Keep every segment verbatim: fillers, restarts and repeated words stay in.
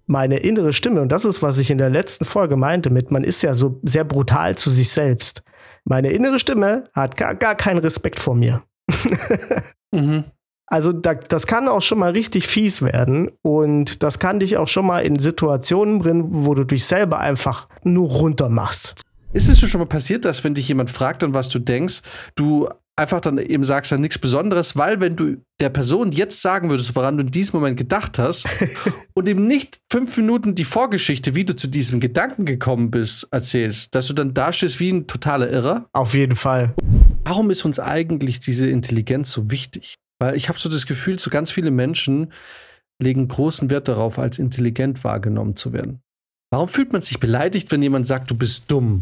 meine innere Stimme, und das ist, was ich in der letzten Folge meinte, mit man ist ja so sehr brutal zu sich selbst. Meine innere Stimme hat gar, gar keinen Respekt vor mir. mhm. Also da, das kann auch schon mal richtig fies werden und das kann dich auch schon mal in Situationen bringen, wo du dich selber einfach nur runter machst. Ist es dir schon mal passiert, dass wenn dich jemand fragt, an was du denkst, du einfach dann eben sagst dann nichts Besonderes, weil wenn du der Person jetzt sagen würdest, woran du in diesem Moment gedacht hast und eben nicht fünf Minuten die Vorgeschichte, wie du zu diesem Gedanken gekommen bist, erzählst, dass du dann dastehst wie ein totaler Irrer? Auf jeden Fall. Warum ist uns eigentlich diese Intelligenz so wichtig? Weil ich habe so das Gefühl, so ganz viele Menschen legen großen Wert darauf, als intelligent wahrgenommen zu werden. Warum fühlt man sich beleidigt, wenn jemand sagt, du bist dumm?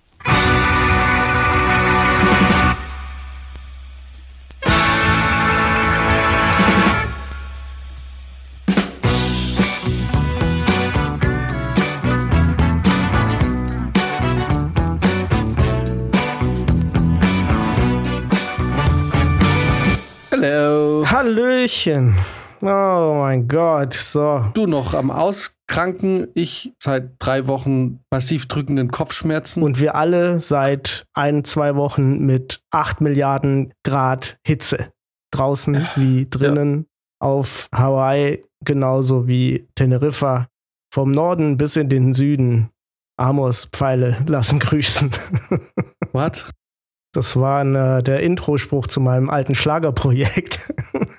Hallo. Hallöchen. Oh mein Gott, so. Du noch am Auskranken, ich seit drei Wochen massiv drückenden Kopfschmerzen. Und wir alle seit ein, zwei Wochen mit acht Milliarden Grad Hitze. Draußen wie drinnen, ja. Auf Hawaii, genauso wie Teneriffa. Vom Norden bis in den Süden. Amos-Pfeile lassen grüßen. What? Das war äh, der Introspruch zu meinem alten Schlagerprojekt.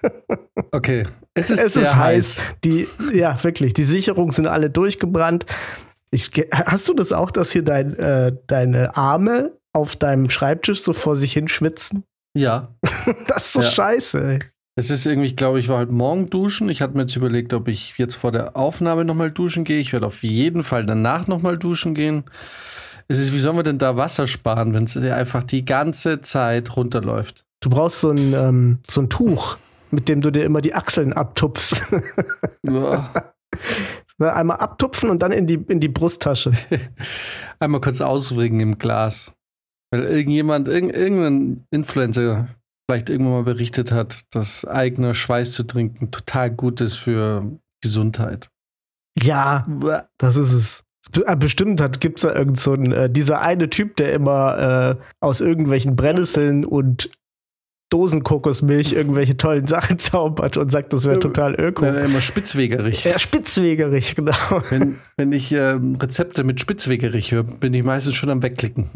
Okay, es ist, es sehr ist heiß. heiß. Die, ja, wirklich. Die Sicherungen sind alle durchgebrannt. Ich, hast du das auch, dass hier dein, äh, deine Arme auf deinem Schreibtisch so vor sich hin schwitzen? Ja. Das ist so ja. scheiße, ey. Es ist irgendwie, ich glaube, ich war heute Morgen duschen. Ich hatte mir jetzt überlegt, ob ich jetzt vor der Aufnahme nochmal duschen gehe. Ich werde auf jeden Fall danach nochmal duschen gehen. Es ist, wie sollen wir denn da Wasser sparen, wenn es einfach die ganze Zeit runterläuft? Du brauchst so ein, ähm, so ein Tuch, mit dem du dir immer die Achseln abtupfst. Ja. Einmal abtupfen und dann in die, in die Brusttasche. Einmal kurz auswringen im Glas. Weil irgendjemand, irg- irgendein Influencer vielleicht irgendwann mal berichtet hat, dass eigener Schweiß zu trinken total gut ist für Gesundheit. Ja, das ist es. Bestimmt hat, gibt's da irgend so einen, äh, dieser eine Typ, der immer äh, aus irgendwelchen Brennnesseln und Dosenkokosmilch irgendwelche tollen Sachen zaubert und sagt, das wäre total öko. Ja, immer spitzwegerig. Ja, spitzwegerig, genau. Wenn, wenn ich äh, Rezepte mit spitzwegerig höre, bin ich meistens schon am Wegklicken.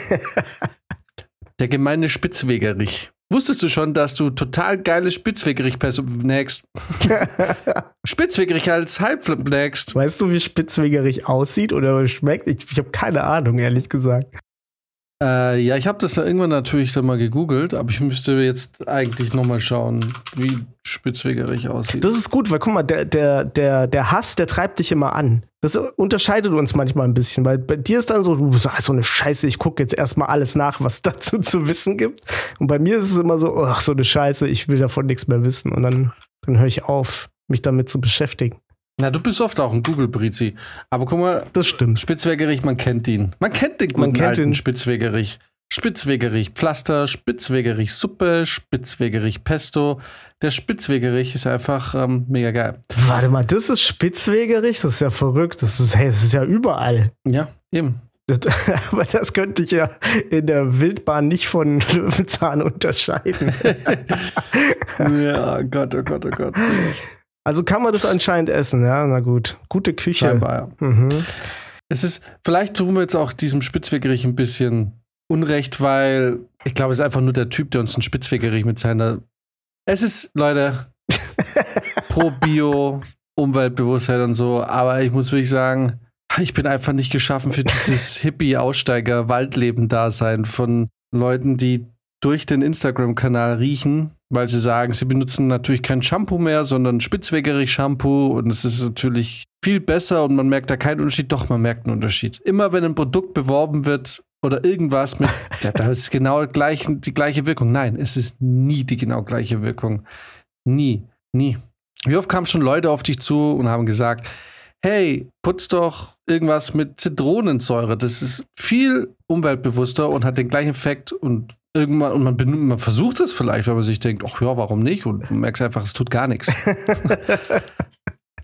Der gemeine Spitzwegerich. Wusstest du schon, dass du total geiles Spitzwegerich persönlich Spitzwegerich als Halbflip-Next. Weißt du, wie Spitzwegerich aussieht oder schmeckt? Ich, ich habe keine Ahnung, ehrlich gesagt. Äh, ja, ich habe das ja irgendwann natürlich dann mal gegoogelt, aber ich müsste jetzt eigentlich nochmal schauen, wie Spitzwegerich aussieht. Das ist gut, weil guck mal, der, der, der, der Hass, der treibt dich immer an. Das unterscheidet uns manchmal ein bisschen, weil bei dir ist dann so, du sagst so eine Scheiße, ich gucke jetzt erstmal alles nach, was dazu zu wissen gibt. Und bei mir ist es immer so, ach, so eine Scheiße, ich will davon nichts mehr wissen. Und dann, dann höre ich auf, mich damit zu beschäftigen. Na, du bist oft auch ein Google-Brizi. Aber guck mal, das stimmt. Spitzwegerich, man kennt ihn. Man kennt den guten man kennt alten den. Spitzwegerich. Spitzwegerich Pflaster, Spitzwegerich Suppe, Spitzwegerich Pesto. Der Spitzwegerich ist einfach ähm, mega geil. Warte mal, das ist Spitzwegerich? Das ist ja verrückt. Das ist, hey, das ist ja überall. Ja, eben. Das, aber das könnte ich ja in der Wildbahn nicht von Löwenzahn unterscheiden. Ja, Gott, oh Gott, oh Gott. Also kann man das anscheinend essen, ja, na gut. Gute Küche. Scheinbar, ja. Mhm. Es ist, vielleicht tun wir jetzt auch diesem Spitzwegerich ein bisschen Unrecht, weil ich glaube, es ist einfach nur der Typ, der uns einen Spitzwegerich mit seiner. Es ist, Leute, pro Bio, Umweltbewusstsein und so, aber ich muss wirklich sagen, ich bin einfach nicht geschaffen für dieses Hippie-Aussteiger-Waldleben-Dasein von Leuten, die durch den Instagram-Kanal riechen, weil sie sagen, sie benutzen natürlich kein Shampoo mehr, sondern Spitzwegerich-Shampoo und es ist natürlich viel besser und man merkt da keinen Unterschied. Doch, man merkt einen Unterschied. Immer wenn ein Produkt beworben wird oder irgendwas mit, ja, da ist genau gleich, die gleiche Wirkung. Nein, es ist nie die genau gleiche Wirkung. Nie, nie. Wie oft kamen schon Leute auf dich zu und haben gesagt, hey, putz doch irgendwas mit Zitronensäure. Das ist viel umweltbewusster und hat den gleichen Effekt und irgendwann, und man, man versucht es vielleicht, weil man sich denkt, ach ja, warum nicht? Und du merkst einfach, es tut gar nichts.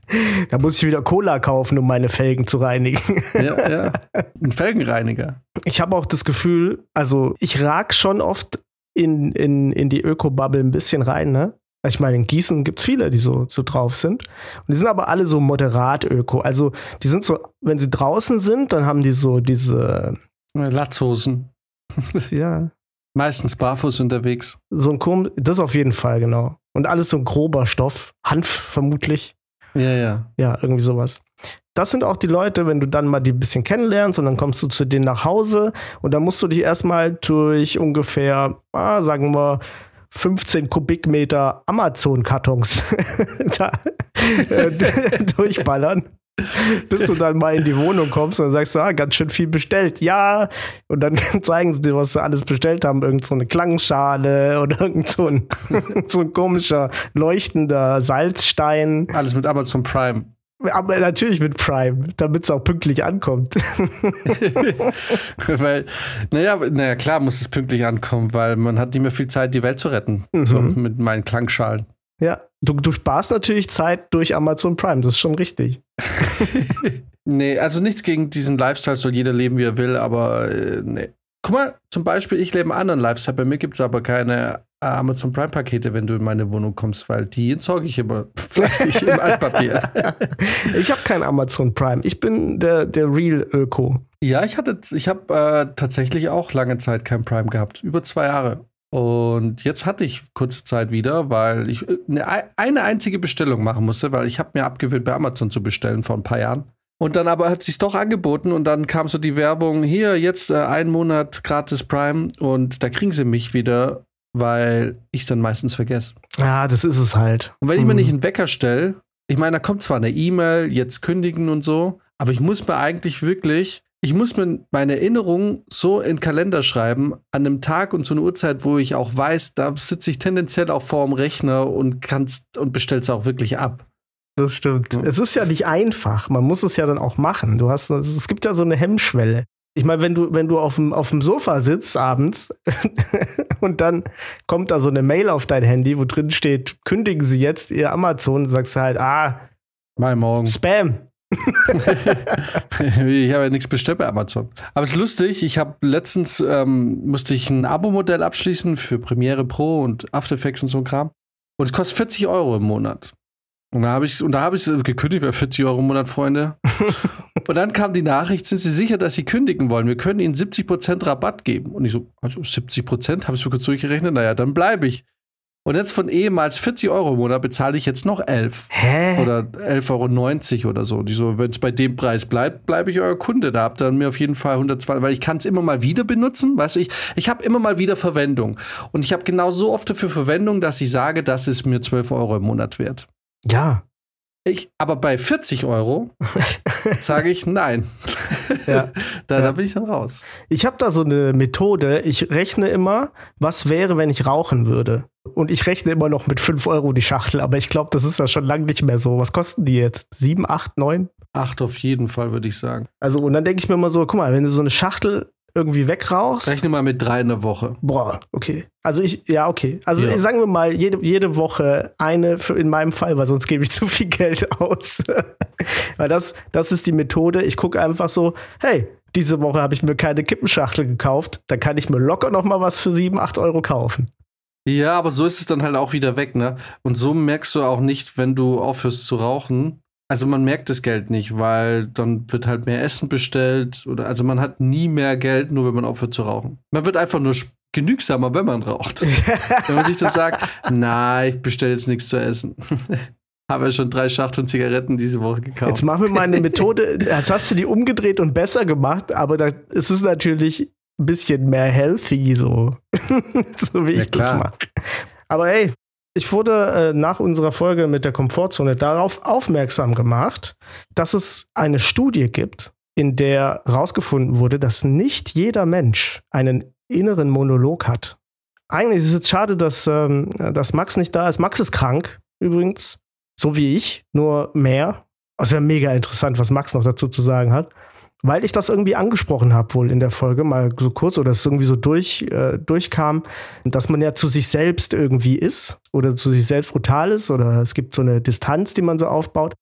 Da muss ich wieder Cola kaufen, um meine Felgen zu reinigen. Ja, ja. Ein Felgenreiniger. Ich habe auch das Gefühl, also ich rag schon oft in, in, in die Öko-Bubble ein bisschen rein, ne? Ich meine, in Gießen gibt es viele, die so, so drauf sind. Und die sind aber alle so moderat öko. Also die sind so, wenn sie draußen sind, dann haben die so diese Latzhosen. Ja. Meistens barfuß unterwegs. So ein Kom, das auf jeden Fall, genau. Und alles so ein grober Stoff. Hanf vermutlich. Ja, ja. Ja, irgendwie sowas. Das sind auch die Leute, wenn du dann mal die ein bisschen kennenlernst und dann kommst du zu denen nach Hause und dann musst du dich erstmal durch ungefähr, ah, sagen wir, fünfzehn Kubikmeter Amazon-Kartons da, äh, durchballern, bis du dann mal in die Wohnung kommst und dann sagst du, ah, ganz schön viel bestellt. Ja, und dann zeigen sie dir, was sie alles bestellt haben. Irgend so eine Klangschale oder irgend so ein, so ein komischer, leuchtender Salzstein. Alles mit Amazon Prime. Aber natürlich mit Prime, damit es auch pünktlich ankommt. Weil, naja, naja, klar muss es pünktlich ankommen, weil man hat nicht mehr viel Zeit, die Welt zu retten. Mhm. So mit meinen Klangschalen. Ja, du, du sparst natürlich Zeit durch Amazon Prime, das ist schon richtig. Nee, also nichts gegen diesen Lifestyle, soll jeder leben, wie er will, aber äh, nee. Guck mal, zum Beispiel, ich lebe einen anderen Lifestyle, bei mir gibt es aber keine Amazon Prime-Pakete, wenn du in meine Wohnung kommst, weil die entsorge ich immer fleißig im Altpapier. Ich habe kein Amazon Prime, ich bin der, der Real Öko. Ja, ich hatte, ich habe äh, tatsächlich auch lange Zeit kein Prime gehabt, über zwei Jahre. Und jetzt hatte ich kurze Zeit wieder, weil ich eine, eine einzige Bestellung machen musste, weil ich habe mir abgewöhnt, bei Amazon zu bestellen vor ein paar Jahren. Und dann aber hat es sich doch angeboten und dann kam so die Werbung, hier, jetzt äh, einen Monat gratis Prime und da kriegen sie mich wieder, weil ich es dann meistens vergesse. Ja, das ist es halt. Und wenn ich mir nicht einen Wecker stelle, ich meine, da kommt zwar eine E-Mail, jetzt kündigen und so, aber ich muss mir eigentlich wirklich, ich muss mir meine Erinnerungen so in den Kalender schreiben, an einem Tag und zu einer Uhrzeit, wo ich auch weiß, da sitze ich tendenziell auch vor dem Rechner und kannst und bestell's auch wirklich ab. Das stimmt. Ja. Es ist ja nicht einfach. Man muss es ja dann auch machen. Du hast, es gibt ja so eine Hemmschwelle. Ich meine, wenn du, wenn du auf dem, auf dem Sofa sitzt abends und dann kommt da so eine Mail auf dein Handy, wo drin steht, kündigen Sie jetzt Ihr Amazon, und sagst du halt, ah, mal morgen. Spam. Ich habe ja nichts bestellt bei Amazon. Aber es ist lustig, ich habe letztens, ähm, musste ich ein Abo-Modell abschließen für Premiere Pro und After Effects und so ein Kram. Und es kostet vierzig Euro im Monat. Und da habe ich und da habe ich gekündigt, für vierzig Euro im Monat, Freunde. Und dann kam die Nachricht, sind Sie sicher, dass Sie kündigen wollen? Wir können Ihnen siebzig Prozent Rabatt geben. Und ich so, also siebzig Prozent? Habe ich mir kurz durchgerechnet? Naja, dann bleibe ich. Und jetzt von ehemals vierzig Euro im Monat bezahle ich jetzt noch elf. Hä? Oder elf Euro neunzig oder so. Die so, wenn es bei dem Preis bleibt, bleibe ich euer Kunde. Da habt ihr mir auf jeden Fall hundertzwanzig, weil ich kann es immer mal wieder benutzen. Weißt du, ich, ich habe immer mal wieder Verwendung. Und ich habe genau so oft dafür Verwendung, dass ich sage, das ist mir zwölf Euro im Monat wert. Ja. Ich, aber bei vierzig Euro sage ich nein. Ja. da, ja. da bin ich dann raus. Ich habe da so eine Methode. Ich rechne immer, was wäre, wenn ich rauchen würde. Und ich rechne immer noch mit fünf Euro die Schachtel. Aber ich glaube, das ist ja schon lange nicht mehr so. Was kosten die jetzt? sieben, acht, neun? acht auf jeden Fall, würde ich sagen. Also, und dann denke ich mir immer so, guck mal, wenn du so eine Schachtel irgendwie wegrauchst. Rechne mal mit drei in der Woche. Boah, okay. Also ich, ja, okay. Also ja. sagen wir mal, jede, jede Woche eine für in meinem Fall, weil sonst gebe ich zu viel Geld aus. Weil das, das ist die Methode. Ich gucke einfach so, hey, diese Woche habe ich mir keine Kippenschachtel gekauft. Da kann ich mir locker noch mal was für sieben, acht Euro kaufen. Ja, aber so ist es dann halt auch wieder weg, ne? Und so merkst du auch nicht, wenn du aufhörst zu rauchen. Also man merkt das Geld nicht, weil dann wird halt mehr Essen bestellt oder also man hat nie mehr Geld, nur wenn man aufhört zu rauchen. Man wird einfach nur genügsamer, wenn man raucht. Wenn man sich dann sagt, na, ich bestelle jetzt nichts zu essen. Habe ja schon drei Schachteln Zigaretten diese Woche gekauft. Jetzt machen wir mal eine Methode, jetzt hast du die umgedreht und besser gemacht, aber da ist es natürlich ein bisschen mehr healthy, so, so wie ich ja, das mache. Aber hey, ich wurde äh, nach unserer Folge mit der Komfortzone darauf aufmerksam gemacht, dass es eine Studie gibt, in der herausgefunden wurde, dass nicht jeder Mensch einen inneren Monolog hat. Eigentlich ist es jetzt schade, dass, ähm, dass Max nicht da ist. Max ist krank, übrigens, so wie ich, nur mehr. Es wäre mega interessant, was Max noch dazu zu sagen hat. Weil ich das irgendwie angesprochen habe, wohl in der Folge, mal so kurz, oder es irgendwie so durch, äh, durchkam, dass man ja zu sich selbst irgendwie ist oder zu sich selbst brutal ist oder es gibt so eine Distanz, die man so aufbaut.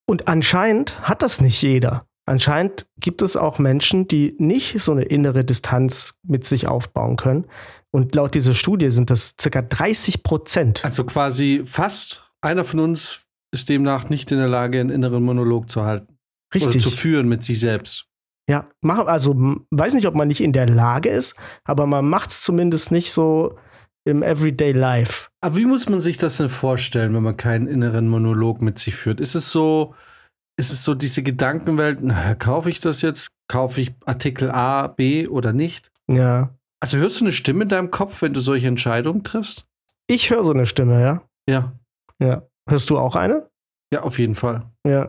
Und anscheinend hat das nicht jeder. Anscheinend gibt es auch Menschen, die nicht so eine innere Distanz mit sich aufbauen können. Und laut dieser Studie sind das circa dreißig Prozent. Also quasi fast einer von uns ist demnach nicht in der Lage, einen inneren Monolog zu halten. Richtig. Oder zu führen mit sich selbst. Ja, mach, also weiß nicht, ob man nicht in der Lage ist, aber man macht es zumindest nicht so im Everyday Life. Aber wie muss man sich das denn vorstellen, wenn man keinen inneren Monolog mit sich führt? Ist es so, ist es so diese Gedankenwelt, na, kaufe ich das jetzt? Kaufe ich Artikel A, B oder nicht? Ja. Also hörst du eine Stimme in deinem Kopf, wenn du solche Entscheidungen triffst? Ich höre so eine Stimme, ja. Ja. Ja. Hörst du auch eine? Ja, auf jeden Fall. Ja.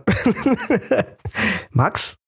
Max?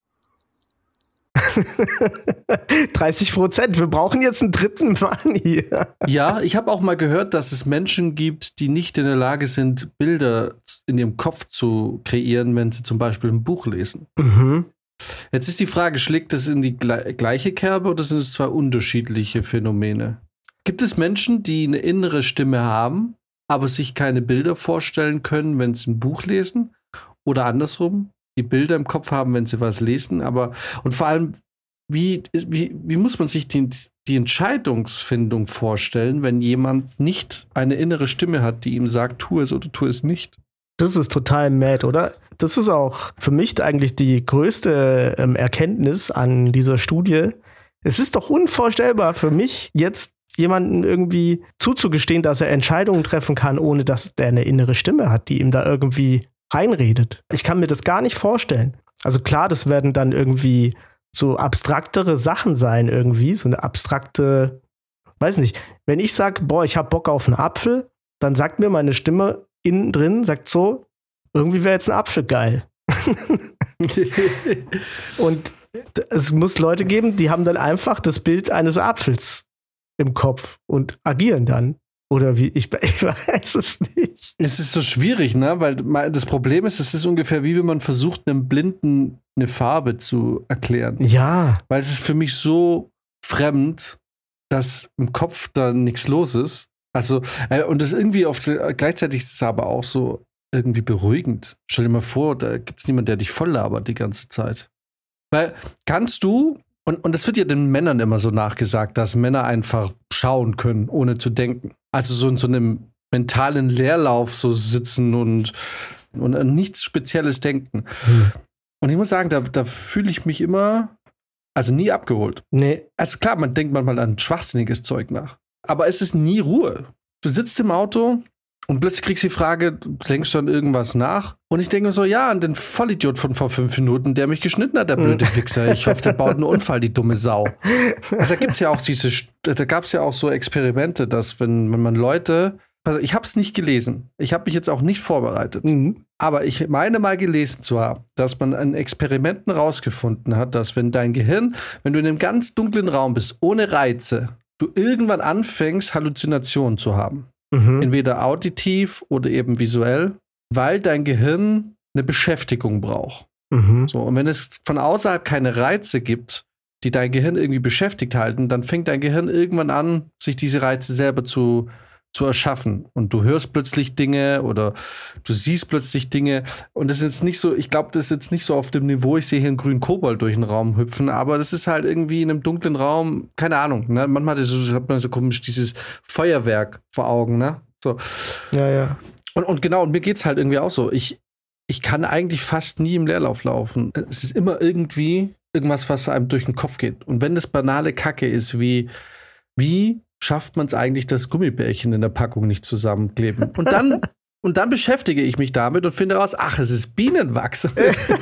dreißig Prozent. Wir brauchen jetzt einen dritten Mann hier. Ja, ich habe auch mal gehört, dass es Menschen gibt, die nicht in der Lage sind, Bilder in ihrem Kopf zu kreieren, wenn sie zum Beispiel ein Buch lesen. Mhm. Jetzt ist die Frage, schlägt das in die gle- gleiche Kerbe oder sind es zwei unterschiedliche Phänomene? Gibt es Menschen, die eine innere Stimme haben, aber sich keine Bilder vorstellen können, wenn sie ein Buch lesen? Oder andersrum, die Bilder im Kopf haben, wenn sie was lesen, aber und vor allem, wie, wie, wie muss man sich die, die Entscheidungsfindung vorstellen, wenn jemand nicht eine innere Stimme hat, die ihm sagt, tu es oder tu es nicht? Das ist total mad, oder? Das ist auch für mich eigentlich die größte ähm, Erkenntnis an dieser Studie. Es ist doch unvorstellbar für mich, jetzt jemanden irgendwie zuzugestehen, dass er Entscheidungen treffen kann, ohne dass der eine innere Stimme hat, die ihm da irgendwie reinredet. Ich kann mir das gar nicht vorstellen. Also klar, das werden dann irgendwie so abstraktere Sachen sein irgendwie, so eine abstrakte, weiß nicht, wenn ich sage, boah, ich hab Bock auf einen Apfel, dann sagt mir meine Stimme innen drin, sagt so, irgendwie wäre jetzt ein Apfel geil. Und es muss Leute geben, die haben dann einfach das Bild eines Apfels im Kopf und agieren dann. Oder wie, ich, ich weiß es nicht. Es ist so schwierig, ne? Weil das Problem ist, es ist ungefähr wie wenn man versucht, einem Blinden eine Farbe zu erklären. Ja. Weil es ist für mich so fremd, dass im Kopf da nichts los ist. Also, äh, und das irgendwie auf, gleichzeitig ist es aber auch so irgendwie beruhigend. Stell dir mal vor, da gibt es niemanden, der dich voll labert die ganze Zeit. Weil kannst du, und, und das wird ja den Männern immer so nachgesagt, dass Männer einfach schauen können, ohne zu denken. Also so in so einem mentalen Leerlauf so sitzen und, und an nichts Spezielles denken. Hm. Und ich muss sagen, da, da fühle ich mich immer, also nie abgeholt. Nee. Also klar, man denkt manchmal an schwachsinniges Zeug nach. Aber es ist nie Ruhe. Du sitzt im Auto und plötzlich kriegst du die Frage, du denkst an irgendwas nach. Und ich denke mir so, ja, an den Vollidiot von vor fünf Minuten, der mich geschnitten hat, der blöde Wichser. Ich hoffe, der baut einen Unfall, die dumme Sau. Also da gibt's ja auch diese, da gab's ja auch so Experimente, dass wenn, wenn man Leute, also ich habe es nicht gelesen, ich habe mich jetzt auch nicht vorbereitet, mhm. aber ich meine mal gelesen zu haben, dass man an Experimenten rausgefunden hat, dass wenn dein Gehirn, wenn du in einem ganz dunklen Raum bist, ohne Reize, du irgendwann anfängst, Halluzinationen zu haben. Mhm. Entweder auditiv oder eben visuell, weil dein Gehirn eine Beschäftigung braucht. Mhm. So, und wenn es von außerhalb keine Reize gibt, die dein Gehirn irgendwie beschäftigt halten, dann fängt dein Gehirn irgendwann an, sich diese Reize selber zu, zu erschaffen. Und du hörst plötzlich Dinge oder du siehst plötzlich Dinge. Und das ist jetzt nicht so, ich glaube, das ist jetzt nicht so auf dem Niveau, ich sehe hier einen grünen Kobold durch den Raum hüpfen, aber das ist halt irgendwie in einem dunklen Raum, keine Ahnung, ne? Manchmal hat, so, hat man so komisch dieses Feuerwerk vor Augen, ne? So. Ja, ja. Und, und genau, und mir geht's halt irgendwie auch so. Ich, ich kann eigentlich fast nie im Leerlauf laufen. Es ist immer irgendwie irgendwas, was einem durch den Kopf geht. Und wenn das banale Kacke ist, wie, wie schafft man es eigentlich, dass Gummibärchen in der Packung nicht zusammenkleben? Und dann, und dann beschäftige ich mich damit und finde raus, ach, es ist Bienenwachs.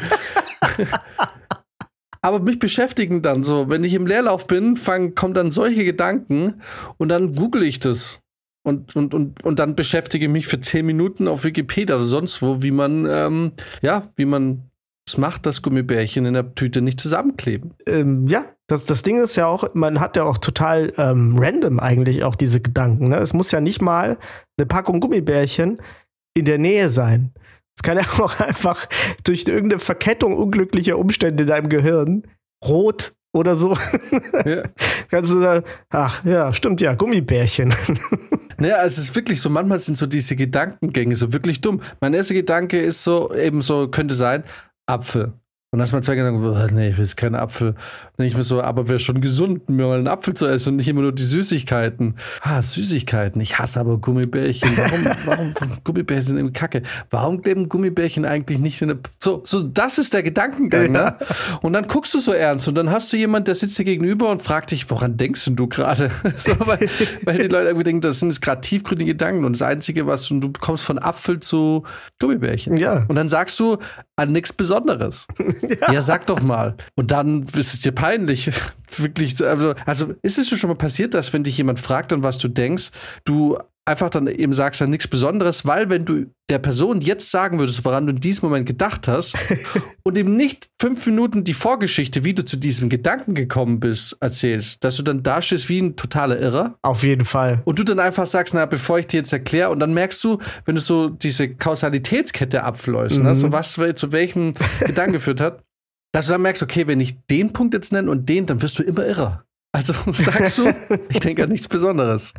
Aber mich beschäftigen dann so, wenn ich im Leerlauf bin, fang, kommen dann solche Gedanken und dann google ich das. Und, und, und, und dann beschäftige ich mich für zehn Minuten auf Wikipedia oder sonst wo, wie man, ähm, ja, wie man es macht, dass Gummibärchen in der Tüte nicht zusammenkleben. Ähm, ja, das, das Ding ist ja auch, man hat ja auch total ähm, random eigentlich auch diese Gedanken. Ne? Es muss ja nicht mal eine Packung Gummibärchen in der Nähe sein. Es kann ja auch einfach durch irgendeine Verkettung unglücklicher Umstände in deinem Gehirn rot oder so. Ja. kannst du sagen, ach ja, stimmt ja, Gummibärchen. Naja, es ist wirklich so, manchmal sind so diese Gedankengänge so wirklich dumm. Mein erster Gedanke ist so, eben so, könnte sein, Apfel. Und dann hast du mal zwei Gedanken, nee, ich will jetzt keinen Apfel. Dann denke ich mir so, aber wäre schon gesund, mir mal einen Apfel zu essen und nicht immer nur die Süßigkeiten. Ah, Süßigkeiten. Ich hasse aber Gummibärchen. Warum, warum Gummibärchen sind irgendwie kacke? Warum kleben Gummibärchen eigentlich nicht in der... So, so, das ist der Gedankengang, ja. Ne? Und dann guckst du so ernst und dann hast du jemanden, der sitzt dir gegenüber und fragt dich, woran denkst denn du gerade? So, weil, weil die Leute irgendwie denken, das sind jetzt gerade tiefgründige Gedanken und das Einzige, was du, du kommst von Apfel zu Gummibärchen. Ja. Und dann sagst du an nichts Besonderes. Ja. ja, sag doch mal. Und dann ist es dir peinlich. Wirklich, also, also ist es dir schon mal passiert, dass wenn dich jemand fragt, an was du denkst, du einfach dann eben sagst an nichts Besonderes, weil wenn du der Person jetzt sagen würdest, woran du in diesem Moment gedacht hast und eben nicht fünf Minuten die Vorgeschichte, wie du zu diesem Gedanken gekommen bist, erzählst, dass du dann da stehst wie ein totaler Irrer. Auf jeden Fall. Und du dann einfach sagst, na, bevor ich dir jetzt erkläre, und dann merkst du, wenn du so diese Kausalitätskette abläufst, mhm. ne, so was zu welchem Gedanken geführt hat, dass du dann merkst, okay, wenn ich den Punkt jetzt nenne und den, dann wirst du immer irrer. Also sagst du, ich denke an nichts Besonderes.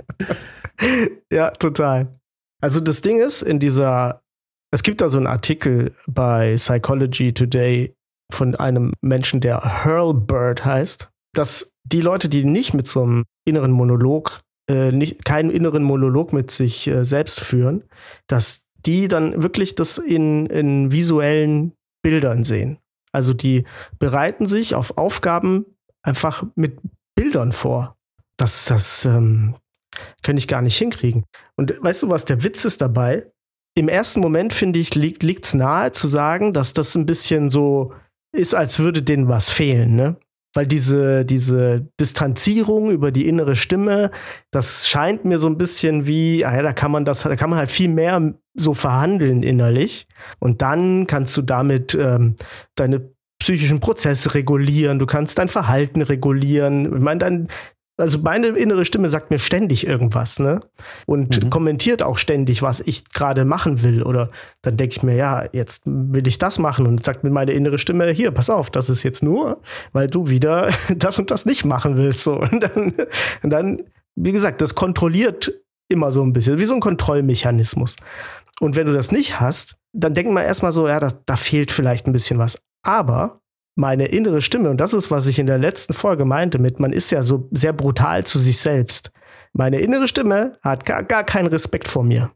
Ja, total. Also das Ding ist, in dieser, es gibt da so einen Artikel bei Psychology Today von einem Menschen, der Hurlburt heißt, dass die Leute, die nicht mit so einem inneren Monolog, äh, nicht, keinen inneren Monolog mit sich äh, selbst führen, dass die dann wirklich das in, in visuellen Bildern sehen. Also die bereiten sich auf Aufgaben einfach mit Bildern vor. Das, das ähm, könnte ich gar nicht hinkriegen. Und weißt du, was der Witz ist dabei? Im ersten Moment, finde ich, liegt es nahe zu sagen, dass das ein bisschen so ist, als würde denen was fehlen, ne? Weil diese, diese Distanzierung über die innere Stimme, das scheint mir so ein bisschen wie, ah ja, da kann man das, da kann man halt viel mehr so verhandeln innerlich. Und dann kannst du damit ähm, deine psychischen Prozesse regulieren, du kannst dein Verhalten regulieren. Ich meine, dann, also meine innere Stimme sagt mir ständig irgendwas, ne? Und mhm. kommentiert auch ständig, was ich gerade machen will. Oder dann denke ich mir, ja, jetzt will ich das machen. Und sagt mir meine innere Stimme, hier, pass auf, das ist jetzt nur, weil du wieder das und das nicht machen willst. So. Und dann, und dann, wie gesagt, das kontrolliert immer so ein bisschen, wie so ein Kontrollmechanismus. Und wenn du das nicht hast, dann denkt man erstmal so, ja, da, da fehlt vielleicht ein bisschen was. Aber meine innere Stimme, und das ist, was ich in der letzten Folge meinte, mit man ist ja so sehr brutal zu sich selbst. Meine innere Stimme hat gar, gar keinen Respekt vor mir.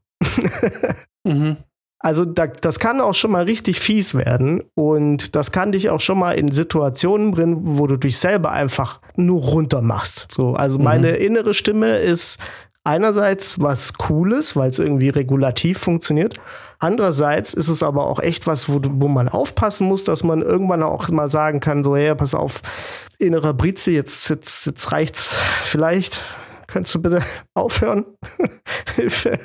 mhm. Also da, das kann auch schon mal richtig fies werden und das kann dich auch schon mal in Situationen bringen, wo du dich selber einfach nur runter machst. So, also meine mhm. innere Stimme ist einerseits was Cooles, weil es irgendwie regulativ funktioniert. Andererseits ist es aber auch echt was, wo, wo man aufpassen muss, dass man irgendwann auch mal sagen kann, so, hey, pass auf, innerer Brize, jetzt, jetzt, jetzt reicht's vielleicht. Könntest du bitte aufhören? Hilfe.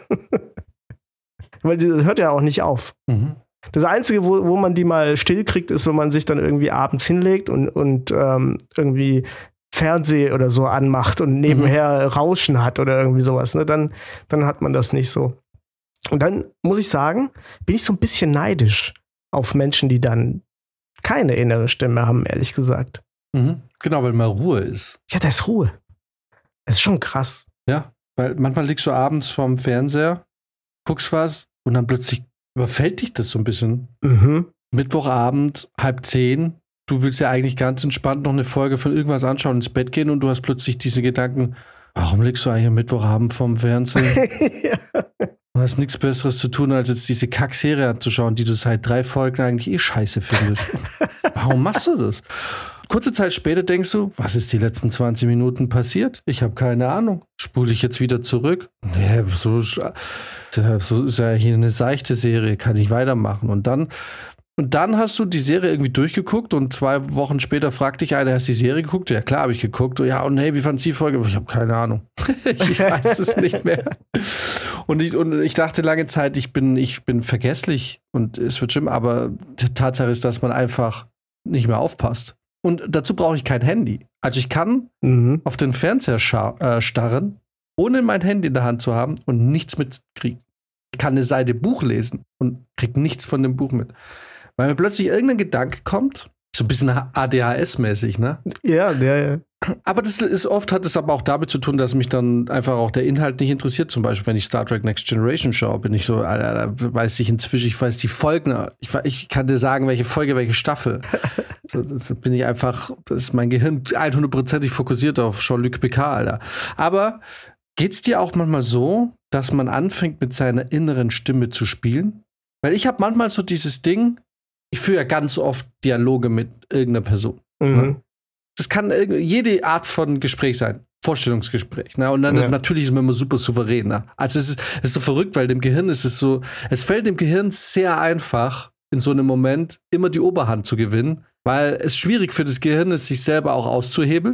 Weil die hört ja auch nicht auf. Mhm. Das Einzige, wo, wo man die mal still kriegt, ist, wenn man sich dann irgendwie abends hinlegt und, und ähm, irgendwie Fernseh oder so anmacht und nebenher mhm. Rauschen hat oder irgendwie sowas, ne? Dann, dann hat man das nicht so. Und dann muss ich sagen, bin ich so ein bisschen neidisch auf Menschen, die dann keine innere Stimme haben, ehrlich gesagt. Mhm. Genau, weil mal Ruhe ist. Ja, da ist Ruhe. Das ist schon krass. Ja, weil manchmal liegst du abends vorm Fernseher, guckst was und dann plötzlich überfällt dich das so ein bisschen. Mhm. Mittwochabend, halb zehn, du willst ja eigentlich ganz entspannt noch eine Folge von irgendwas anschauen, ins Bett gehen und du hast plötzlich diese Gedanken, warum liegst du eigentlich am Mittwochabend vorm Fernseher? Ja. Du hast nichts Besseres zu tun, als jetzt diese Kack-Serie anzuschauen, die du seit drei Folgen eigentlich eh scheiße findest. Warum machst du das? Kurze Zeit später denkst du, was ist die letzten zwanzig Minuten passiert? Ich habe keine Ahnung. Spule ich jetzt wieder zurück? Nee, so, so ist ja hier eine seichte Serie, kann ich weitermachen. Und dann, und dann hast du die Serie irgendwie durchgeguckt und zwei Wochen später fragt dich einer, hast du die Serie geguckt? Ja, klar, habe ich geguckt. Ja, und hey, wie fandst du die Folge? Ich habe keine Ahnung. Ich weiß es nicht mehr. Und ich, und ich dachte lange Zeit, ich bin, ich bin vergesslich und es wird schlimm, aber die Tatsache ist, dass man einfach nicht mehr aufpasst. Und dazu brauche ich kein Handy. Also ich kann mhm. auf den Fernseher scha- äh, starren, ohne mein Handy in der Hand zu haben und nichts mitkriegen. Ich kann eine Seite Buch lesen und kriege nichts von dem Buch mit. Weil mir plötzlich irgendein Gedanke kommt, so ein bisschen A D H S-mäßig, ne? Ja, ja, ja. Aber das ist oft, hat es aber auch damit zu tun, dass mich dann einfach auch der Inhalt nicht interessiert. Zum Beispiel, wenn ich Star Trek Next Generation schaue, bin ich so, Alter, da weiß ich inzwischen, ich weiß die Folgen, ich, ich kann dir sagen, welche Folge, welche Staffel. So, das bin ich einfach, das ist mein Gehirn hundertprozentig fokussiert auf Jean-Luc Picard, Alter. Aber geht's dir auch manchmal so, dass man anfängt, mit seiner inneren Stimme zu spielen? Weil ich habe manchmal so dieses Ding, ich führe ja ganz oft Dialoge mit irgendeiner Person. Mhm. Ne? Das kann jede Art von Gespräch sein. Vorstellungsgespräch. Ne? Und dann ja. natürlich ist man immer super souverän. Ne? Also es ist, es ist so verrückt, weil dem Gehirn ist es so, es fällt dem Gehirn sehr einfach, in so einem Moment immer die Oberhand zu gewinnen, weil es schwierig für das Gehirn ist, sich selber auch auszuhebeln.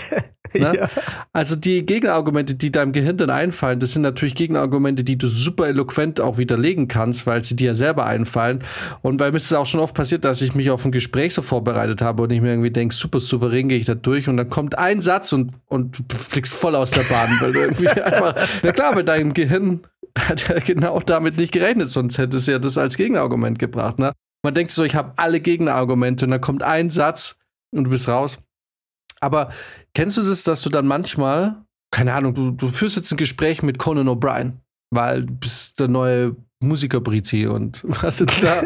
Ne? Ja. Also die Gegenargumente, die deinem Gehirn dann einfallen, das sind natürlich Gegenargumente, die du super eloquent auch widerlegen kannst, weil sie dir ja selber einfallen. Und weil mir ist es auch schon oft passiert, dass ich mich auf ein Gespräch so vorbereitet habe und ich mir irgendwie denke, super souverän gehe ich da durch und dann kommt ein Satz und, und du fliegst voll aus der Bahn, weil du irgendwie einfach, na klar, weil dein Gehirn hat ja genau damit nicht gerechnet, sonst hätte es ja das als Gegenargument gebracht. Ne? Man denkt so, ich habe alle Gegenargumente und dann kommt ein Satz und du bist raus. Aber kennst du das, dass du dann manchmal, keine Ahnung, du, du führst jetzt ein Gespräch mit Conan O'Brien, weil du bist der neue Musiker-Brizi und was jetzt da,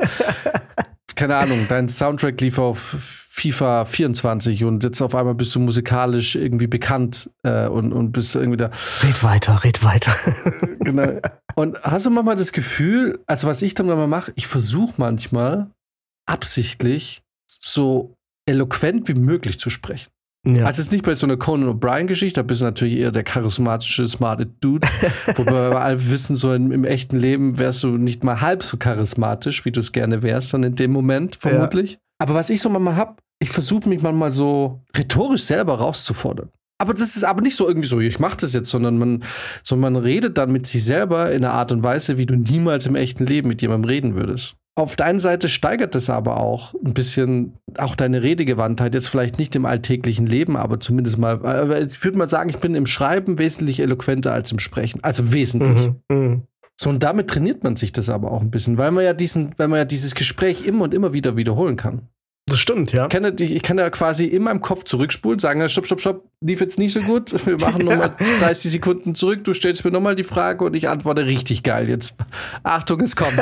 keine Ahnung, dein Soundtrack lief auf FIFA vierundzwanzig und jetzt auf einmal bist du musikalisch irgendwie bekannt äh, und, und bist irgendwie da. Red weiter, red weiter. Genau. Und hast du manchmal das Gefühl, also was ich dann mal mache, ich versuche manchmal absichtlich so eloquent wie möglich zu sprechen. Ja. Also es ist nicht bei so einer Conan O'Brien-Geschichte, da bist du natürlich eher der charismatische, smarte Dude. Wobei wir alle wissen, so im, im echten Leben wärst du nicht mal halb so charismatisch, wie du es gerne wärst, dann in dem Moment vermutlich. Ja. Aber was ich so manchmal hab, ich versuche mich manchmal so rhetorisch selber rauszufordern. Aber das ist aber nicht so irgendwie so, ich mach das jetzt, sondern man, sondern man redet dann mit sich selber in einer Art und Weise, wie du niemals im echten Leben mit jemandem reden würdest. Auf der einen Seite steigert das aber auch ein bisschen auch deine Redegewandtheit, jetzt vielleicht nicht im alltäglichen Leben, aber zumindest mal, ich würde mal sagen, ich bin im Schreiben wesentlich eloquenter als im Sprechen, also wesentlich. Mhm, mh. So, und damit trainiert man sich das aber auch ein bisschen, weil man ja diesen, weil man ja dieses Gespräch immer und immer wieder wiederholen kann. Das stimmt, ja. Ich kann, ich kann ja quasi in meinem Kopf zurückspulen, sagen, stopp, stopp, stopp, lief jetzt nicht so gut. Wir machen ja. nochmal dreißig Sekunden zurück, du stellst mir nochmal die Frage und ich antworte richtig geil. Jetzt, Achtung, es kommt.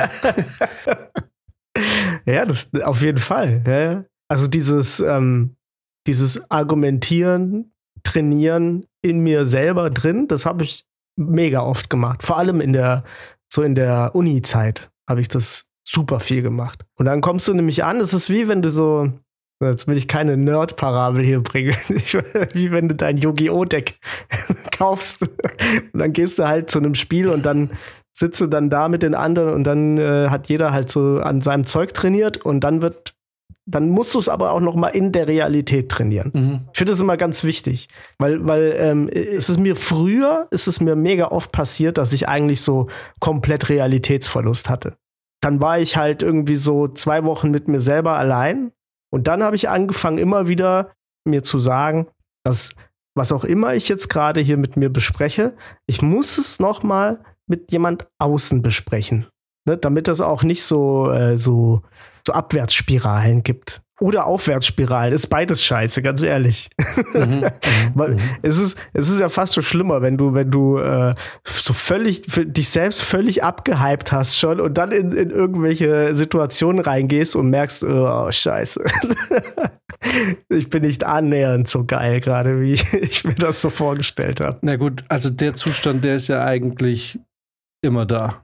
Ja, das auf jeden Fall. Ja. Also dieses, ähm, dieses Argumentieren, Trainieren in mir selber drin, das habe ich mega oft gemacht. Vor allem in der, so in der Uni-Zeit habe ich das super viel gemacht. Und dann kommst du nämlich an, es ist wie wenn du so, jetzt will ich keine Nerd-Parabel hier bringen, wie wenn du dein Yu-Gi-Oh! Deck kaufst und dann gehst du halt zu einem Spiel und dann sitzt du dann da mit den anderen und dann äh, hat jeder halt so an seinem Zeug trainiert und dann wird, dann musst du es aber auch noch mal in der Realität trainieren. Mhm. Ich finde das immer ganz wichtig, weil, weil ähm, es ist mir früher, ist es mir mega oft passiert, dass ich eigentlich so komplett Realitätsverlust hatte. Dann war ich halt irgendwie so zwei Wochen mit mir selber allein und dann habe ich angefangen, immer wieder mir zu sagen, dass was auch immer ich jetzt gerade hier mit mir bespreche, ich muss es noch mal mit jemand außen besprechen, ne? Damit es auch nicht so, äh, so, so Abwärtsspiralen gibt. Oder Aufwärtsspiralen, ist beides scheiße, ganz ehrlich. Mhm, Weil es ist, es ist ja fast so schlimmer, wenn du, wenn du äh, so völlig, dich selbst völlig abgehypt hast schon und dann in, in irgendwelche Situationen reingehst und merkst, oh, scheiße. Ich bin nicht annähernd so geil gerade, wie ich mir das so vorgestellt habe. Na gut, also der Zustand, der ist ja eigentlich immer da.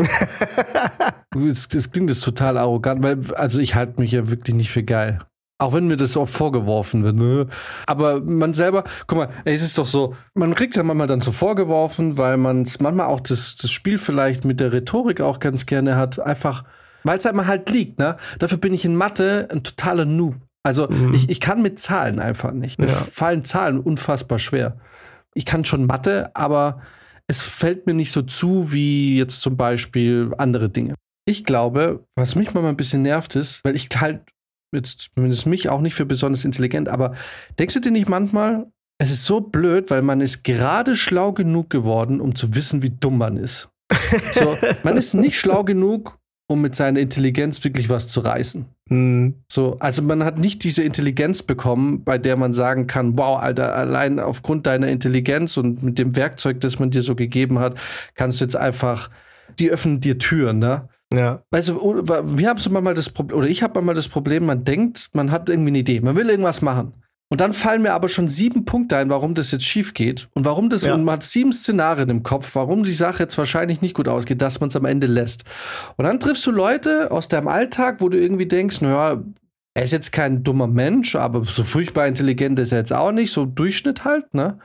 Das, das klingt jetzt total arrogant, weil also ich halte mich ja wirklich nicht für geil. Auch wenn mir das oft vorgeworfen wird. Ne? Aber man selber, guck mal, ey, es ist doch so, man kriegt ja manchmal dann so vorgeworfen, weil man es manchmal auch das, das Spiel vielleicht mit der Rhetorik auch ganz gerne hat. Einfach, weil es einmal halt liegt. Ne? Dafür bin ich in Mathe ein totaler Noob. Also mhm. ich, ich kann mit Zahlen einfach nicht. Mir ja. fallen Zahlen unfassbar schwer. Ich kann schon Mathe, aber es fällt mir nicht so zu, wie jetzt zum Beispiel andere Dinge. Ich glaube, was mich mal ein bisschen nervt ist, weil ich halt jetzt zumindest mich auch nicht für besonders intelligent, aber denkst du dir nicht manchmal, es ist so blöd, weil man ist gerade schlau genug geworden, um zu wissen, wie dumm man ist. So, man ist nicht schlau genug, um mit seiner Intelligenz wirklich was zu reißen. Mhm. So, also man hat nicht diese Intelligenz bekommen, bei der man sagen kann, wow, Alter, allein aufgrund deiner Intelligenz und mit dem Werkzeug, das man dir so gegeben hat, kannst du jetzt einfach, die öffnen dir Türen, ne? Ja. Also, wir haben so manchmal das Problem, oder ich habe manchmal das Problem, man denkt, man hat irgendwie eine Idee, man will irgendwas machen. Und dann fallen mir aber schon sieben Punkte ein, warum das jetzt schief geht und warum das, ja. und man hat sieben Szenarien im Kopf, warum die Sache jetzt wahrscheinlich nicht gut ausgeht, dass man es am Ende lässt. Und dann triffst du Leute aus deinem Alltag, wo du irgendwie denkst, naja, er ist jetzt kein dummer Mensch, aber so furchtbar intelligent ist er jetzt auch nicht, so Durchschnitt halt, ne?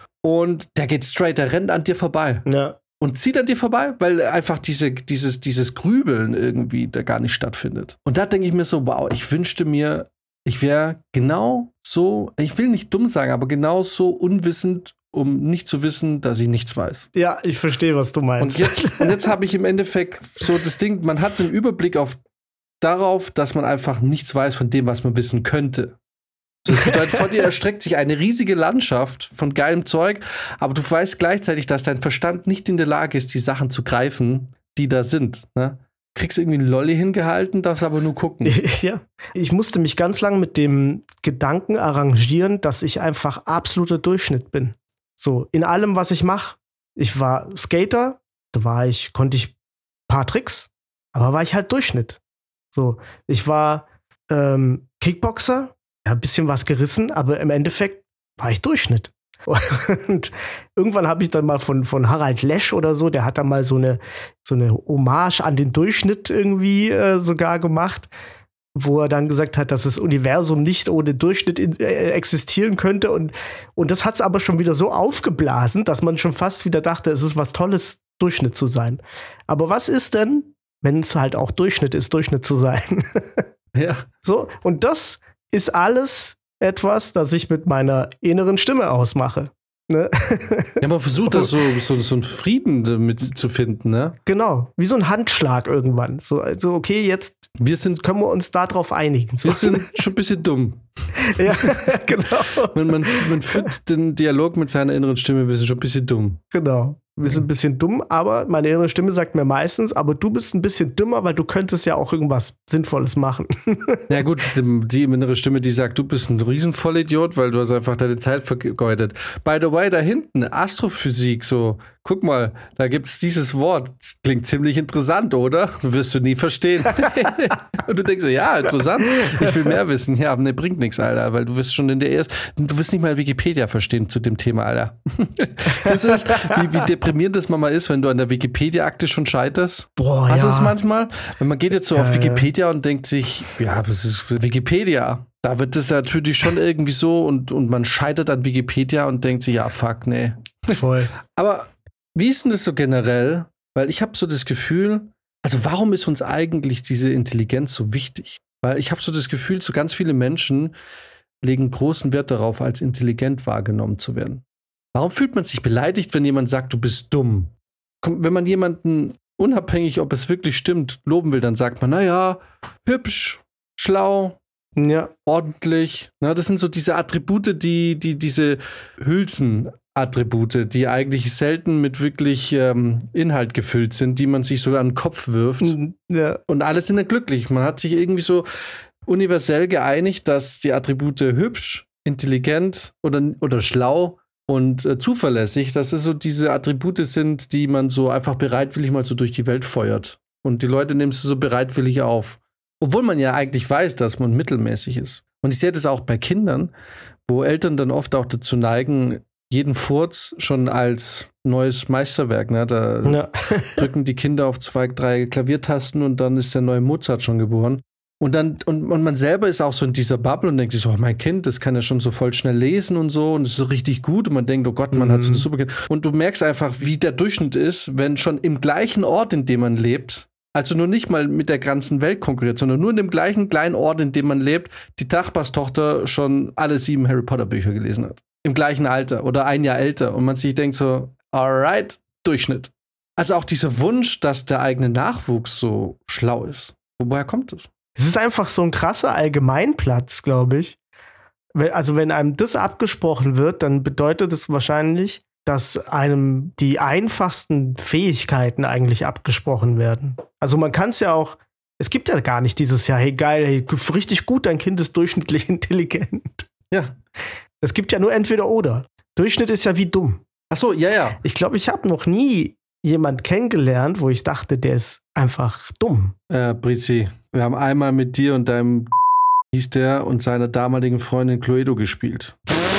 Und der geht straight, der rennt an dir vorbei. Ja. Und zieht an dir vorbei, weil einfach diese, dieses, dieses Grübeln irgendwie da gar nicht stattfindet. Und da denke ich mir so, wow, ich wünschte mir, ich wäre genau so, ich will nicht dumm sagen, aber genau so unwissend, um nicht zu wissen, dass ich nichts weiß. Ja, ich verstehe, was du meinst. Und jetzt, und jetzt habe ich im Endeffekt so das Ding, man hat den Überblick auf, darauf, dass man einfach nichts weiß von dem, was man wissen könnte. Das bedeutet, vor dir erstreckt sich eine riesige Landschaft von geilem Zeug, aber du weißt gleichzeitig, dass dein Verstand nicht in der Lage ist, die Sachen zu greifen, die da sind. Ne? Kriegst irgendwie einen Lolli hingehalten, darfst aber nur gucken. Ja, ich musste mich ganz lang mit dem Gedanken arrangieren, dass ich einfach absoluter Durchschnitt bin. So, in allem, was ich mache. Ich war Skater, da war ich, konnte ich ein paar Tricks, aber war ich halt Durchschnitt. So, ich war ähm, Kickboxer, ja, ein bisschen was gerissen, aber im Endeffekt war ich Durchschnitt. Und irgendwann habe ich dann mal von, von Harald Lesch oder so, der hat da mal so eine, so eine Hommage an den Durchschnitt irgendwie äh, sogar gemacht, wo er dann gesagt hat, dass das Universum nicht ohne Durchschnitt in, äh, existieren könnte. Und, und das hat es aber schon wieder so aufgeblasen, dass man schon fast wieder dachte, es ist was Tolles, Durchschnitt zu sein. Aber was ist denn, wenn es halt auch Durchschnitt ist, Durchschnitt zu sein? Ja. So, und das ist alles etwas, das ich mit meiner inneren Stimme ausmache. Ne? Ja, man versucht das so, so, so einen Frieden damit zu finden, ne? Genau, wie so ein Handschlag irgendwann. So, also okay, jetzt wir sind, können wir uns darauf einigen. So. Wir sind schon ein bisschen dumm. Ja, genau. Man, man, man führt den Dialog mit seiner inneren Stimme, wir sind schon ein bisschen dumm. Genau. Wir sind ein bisschen dumm, aber meine innere Stimme sagt mir meistens, aber du bist ein bisschen dümmer, weil du könntest ja auch irgendwas Sinnvolles machen. Ja gut, die, die innere Stimme, die sagt, du bist ein Riesenvollidiot, weil du hast einfach deine Zeit vergeudet. By the way, da hinten, Astrophysik, so, guck mal, da gibt es dieses Wort. Das klingt ziemlich interessant, oder? Wirst du nie verstehen. Und du denkst so, ja, interessant, ich will mehr wissen. Ja, aber ne, bringt nichts, Alter, weil du wirst schon in der ersten, du wirst nicht mal Wikipedia verstehen zu dem Thema, Alter. Das ist, wie, wie deprimierend das manchmal ist, wenn du an der Wikipedia-Akte schon scheiterst. Boah, Was ja. ist manchmal? Wenn man geht jetzt so ja, auf Wikipedia ja. und denkt sich, ja, das ist Wikipedia. Da wird das natürlich schon irgendwie so und, und man scheitert an Wikipedia und denkt sich, ja, fuck, nee. Voll. Aber wie ist denn das so generell? Weil ich habe so das Gefühl, also warum ist uns eigentlich diese Intelligenz so wichtig? Weil ich habe so das Gefühl, so ganz viele Menschen legen großen Wert darauf, als intelligent wahrgenommen zu werden. Warum fühlt man sich beleidigt, wenn jemand sagt, du bist dumm? Wenn man jemanden, unabhängig, ob es wirklich stimmt, loben will, dann sagt man, naja, hübsch, schlau, ja. ordentlich. Na, das sind so diese Attribute, die, die diese Hülsenattribute, die eigentlich selten mit wirklich ähm, Inhalt gefüllt sind, die man sich sogar an den Kopf wirft. Ja. Und alle sind dann glücklich. Man hat sich irgendwie so universell geeinigt, dass die Attribute hübsch, intelligent oder, oder schlau und äh, zuverlässig, dass es so diese Attribute sind, die man so einfach bereitwillig mal so durch die Welt feuert. Und die Leute nehmen es so bereitwillig auf. Obwohl man ja eigentlich weiß, dass man mittelmäßig ist. Und ich sehe das auch bei Kindern, wo Eltern dann oft auch dazu neigen, jeden Furz schon als neues Meisterwerk. Ne? Da ja. drücken die Kinder auf zwei, drei Klaviertasten und dann ist der neue Mozart schon geboren. Und dann, und, und man selber ist auch so in dieser Bubble und denkt sich so, oh, mein Kind, das kann ja schon so voll schnell lesen und so und ist so richtig gut. Und man denkt, oh Gott, man mhm. hat so ein super Kind. Und du merkst einfach, wie der Durchschnitt ist, wenn schon im gleichen Ort, in dem man lebt, also nur nicht mal mit der ganzen Welt konkurriert, sondern nur in dem gleichen kleinen Ort, in dem man lebt, die Nachbarstochter schon alle sieben Harry Potter Bücher gelesen hat. Im gleichen Alter oder ein Jahr älter. Und man sich denkt so, alright, Durchschnitt. Also auch dieser Wunsch, dass der eigene Nachwuchs so schlau ist. Woher kommt das? Es ist einfach so ein krasser Allgemeinplatz, glaube ich. Also wenn einem das abgesprochen wird, dann bedeutet es wahrscheinlich, dass einem die einfachsten Fähigkeiten eigentlich abgesprochen werden. Also man kann es ja auch, es gibt ja gar nicht dieses Jahr, hey geil, hey, richtig gut, dein Kind ist durchschnittlich intelligent. Ja. Es gibt ja nur entweder oder. Durchschnitt ist ja wie dumm. Ach so, ja, ja. Ich glaube, ich habe noch nie jemand kennengelernt, wo ich dachte, der ist einfach dumm. Äh, Brizi, wir haben einmal mit dir und deinem hieß der und seiner damaligen Freundin Cluedo gespielt.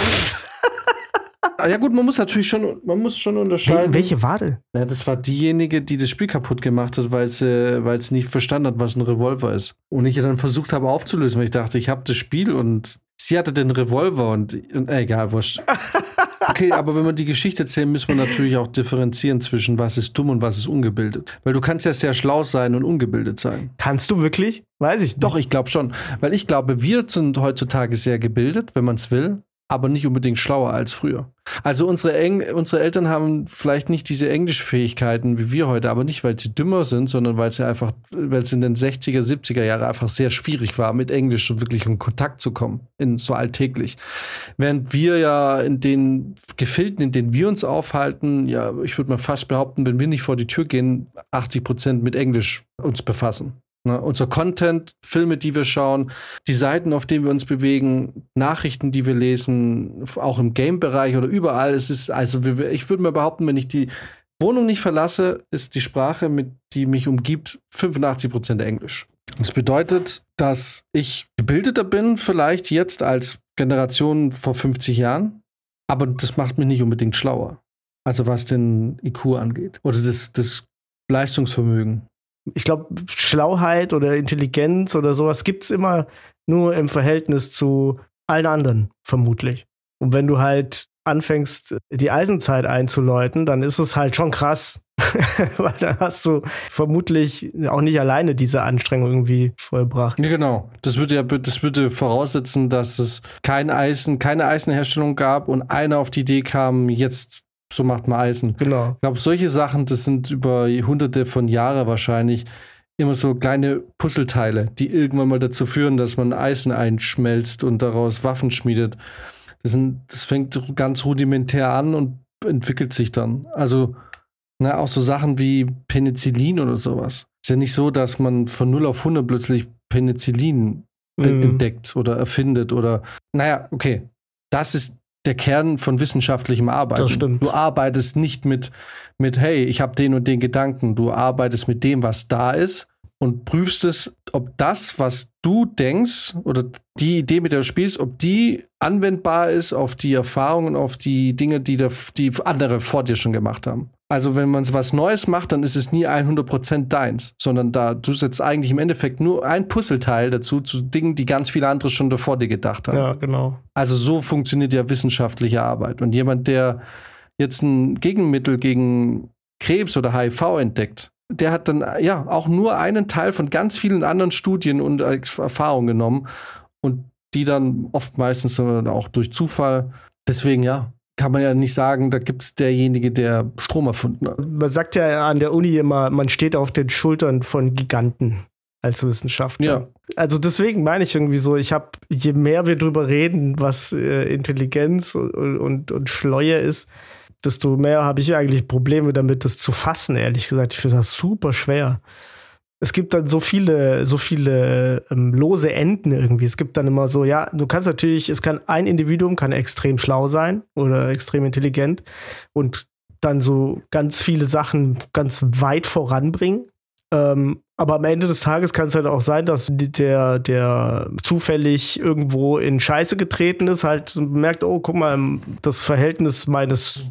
Ja gut, man muss natürlich schon, man muss schon unterscheiden. Wel- welche war das? Ja, das war diejenige, die das Spiel kaputt gemacht hat, weil sie, weil sie nicht verstanden hat, was ein Revolver ist. Und ich dann versucht habe aufzulösen, weil ich dachte, ich habe das Spiel und sie hatte den Revolver und, und äh, egal, wurscht. Okay, aber wenn wir die Geschichte erzählen, müssen wir natürlich auch differenzieren zwischen was ist dumm und was ist ungebildet. Weil du kannst ja sehr schlau sein und ungebildet sein. Kannst du wirklich? Weiß ich nicht. Doch, ich glaube schon. Weil ich glaube, wir sind heutzutage sehr gebildet, wenn man es will, aber nicht unbedingt schlauer als früher. Also unsere, Eng- unsere Eltern haben vielleicht nicht diese Englischfähigkeiten wie wir heute, aber nicht, weil sie dümmer sind, sondern weil sie einfach, weil es in den sechziger, siebziger Jahren einfach sehr schwierig war, mit Englisch so wirklich in Kontakt zu kommen, in so alltäglich. Während wir ja in den Gefilden, in denen wir uns aufhalten, ja, ich würde mal fast behaupten, wenn wir nicht vor die Tür gehen, achtzig Prozent mit Englisch uns befassen. Ne, unser Content, Filme, die wir schauen, die Seiten, auf denen wir uns bewegen, Nachrichten, die wir lesen, auch im Game-Bereich oder überall. Es ist, also ich würde mal behaupten, wenn ich die Wohnung nicht verlasse, ist die Sprache, mit die mich umgibt, fünfundachtzig Prozent Englisch. Das bedeutet, dass ich gebildeter bin, vielleicht jetzt als Generation vor fünfzig Jahren, aber das macht mich nicht unbedingt schlauer. Also was den I Q angeht oder das, das Leistungsvermögen. Ich glaube, Schlauheit oder Intelligenz oder sowas gibt es immer nur im Verhältnis zu allen anderen, vermutlich. Und wenn du halt anfängst, die Eisenzeit einzuläuten, dann ist es halt schon krass. Weil dann hast du vermutlich auch nicht alleine diese Anstrengung irgendwie vollbracht. Ja, genau. Das würde ja das würde voraussetzen, dass es kein Eisen, keine Eisenherstellung gab und einer auf die Idee kam, jetzt so macht man Eisen. Genau. Ich glaube, solche Sachen, das sind über hunderte von Jahren wahrscheinlich immer so kleine Puzzleteile, die irgendwann mal dazu führen, dass man Eisen einschmelzt und daraus Waffen schmiedet. Das, sind, das fängt ganz rudimentär an und entwickelt sich dann. Also, na, auch so Sachen wie Penicillin oder sowas. Ist ja nicht so, dass man von null auf hundert plötzlich Penicillin mhm. entdeckt oder erfindet oder, naja, okay. Das ist der Kern von wissenschaftlichem Arbeiten. Das stimmt. Du arbeitest nicht mit, mit hey, ich habe den und den Gedanken. Du arbeitest mit dem, was da ist und prüfst es, ob das, was du denkst oder die Idee, mit der du spielst, ob die anwendbar ist auf die Erfahrungen, auf die Dinge, die, der, die andere vor dir schon gemacht haben. Also wenn man was Neues macht, dann ist es nie hundert Prozent deins, sondern da du setzt eigentlich im Endeffekt nur ein Puzzleteil dazu zu Dingen, die ganz viele andere schon davor dir gedacht haben. Ja, genau. Also so funktioniert ja wissenschaftliche Arbeit. Und jemand, der jetzt ein Gegenmittel gegen Krebs oder H I V entdeckt, der hat dann ja auch nur einen Teil von ganz vielen anderen Studien und Erfahrungen genommen und die dann oft meistens auch durch Zufall. Deswegen ja, kann man ja nicht sagen, da gibt es derjenige, der Strom erfunden hat. Man sagt ja an der Uni immer, man steht auf den Schultern von Giganten als Wissenschaftler. Ja. Also deswegen meine ich irgendwie so, ich habe, je mehr wir drüber reden, was äh, Intelligenz und, und, und Schleue ist, desto mehr habe ich eigentlich Probleme damit, das zu fassen, ehrlich gesagt. Ich finde das super schwer. Es gibt dann so viele, so viele ähm, lose Enden irgendwie. Es gibt dann immer so, ja, du kannst natürlich, es kann ein Individuum kann extrem schlau sein oder extrem intelligent und dann so ganz viele Sachen ganz weit voranbringen. Ähm, aber am Ende des Tages kann es halt auch sein, dass der, der zufällig irgendwo in Scheiße getreten ist, halt merkt, oh, guck mal, das Verhältnis meines